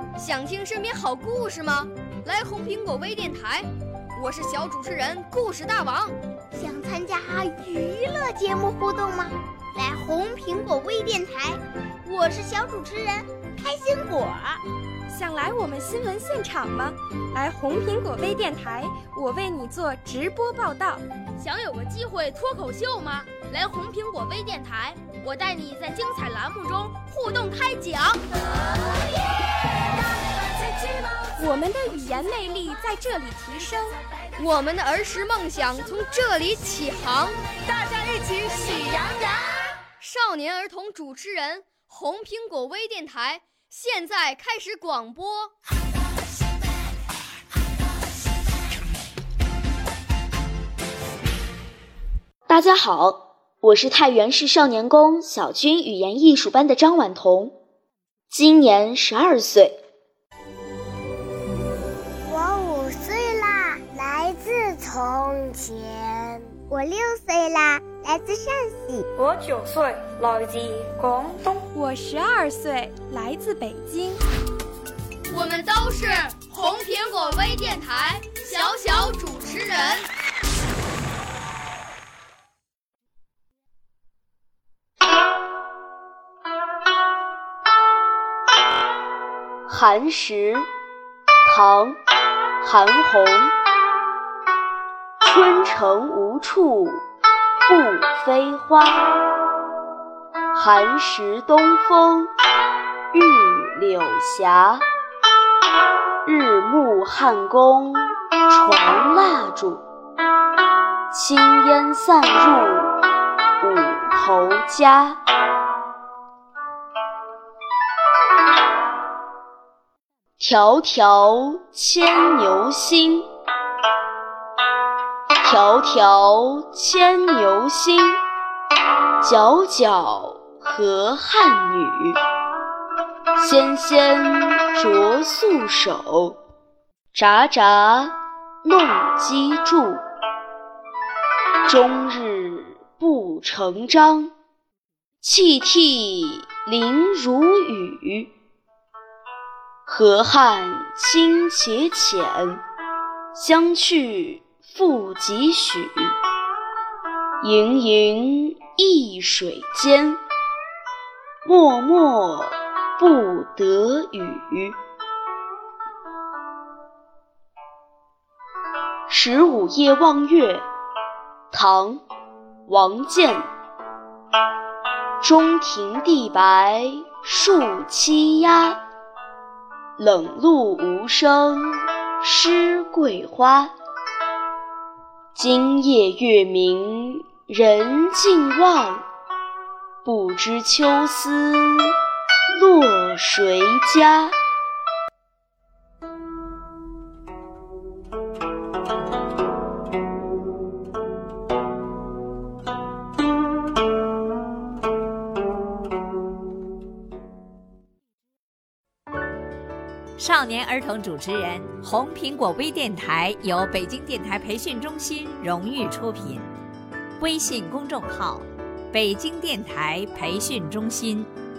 想听身边好故事吗？来红苹果微电台，我是小主持人故事大王。 想参加娱乐节目互动吗？来红苹果微电台，我是小主持人开心果。 想来我们新闻现场吗？来红苹果微电台，我为你做直播报道。 想有个机会脱口秀吗？来红苹果微电台，我带你在精彩栏目中互动开讲。 我们的语言魅力在这里提升， 我们的儿时梦想从这里起航。 大家一起喜羊羊。 少年儿童主持人，红苹果微电台现在开始广播。 大家好，我是太原市少年宫小军语言艺术班的张婉彤，今年12岁。 我5岁啦，来自从前。我6岁啦，来自陕西。 我9岁，来自广东。 我12岁，来自北京。 我们都是红苹果微电台小主持人。 寒食，唐·韩翃。春城无处不飞花，寒食东风御柳斜。日暮汉宫传蜡烛，青烟散入五侯家。迢迢牵牛星，迢迢牵牛星，皎皎河汉女。纤纤擢素手，札札弄机杼。终日不成章，泣涕零如雨。河汉清且浅，相去复几许。盈盈一水间，脉脉不得语。15夜望月，唐·王建。中庭地白树栖鸦，冷露无声湿桂花。今夜月明人尽望，不知秋思落谁家。 少年儿童主持人，红苹果微电台由北京电台培训中心荣誉出品，微信公众号：北京电台培训中心。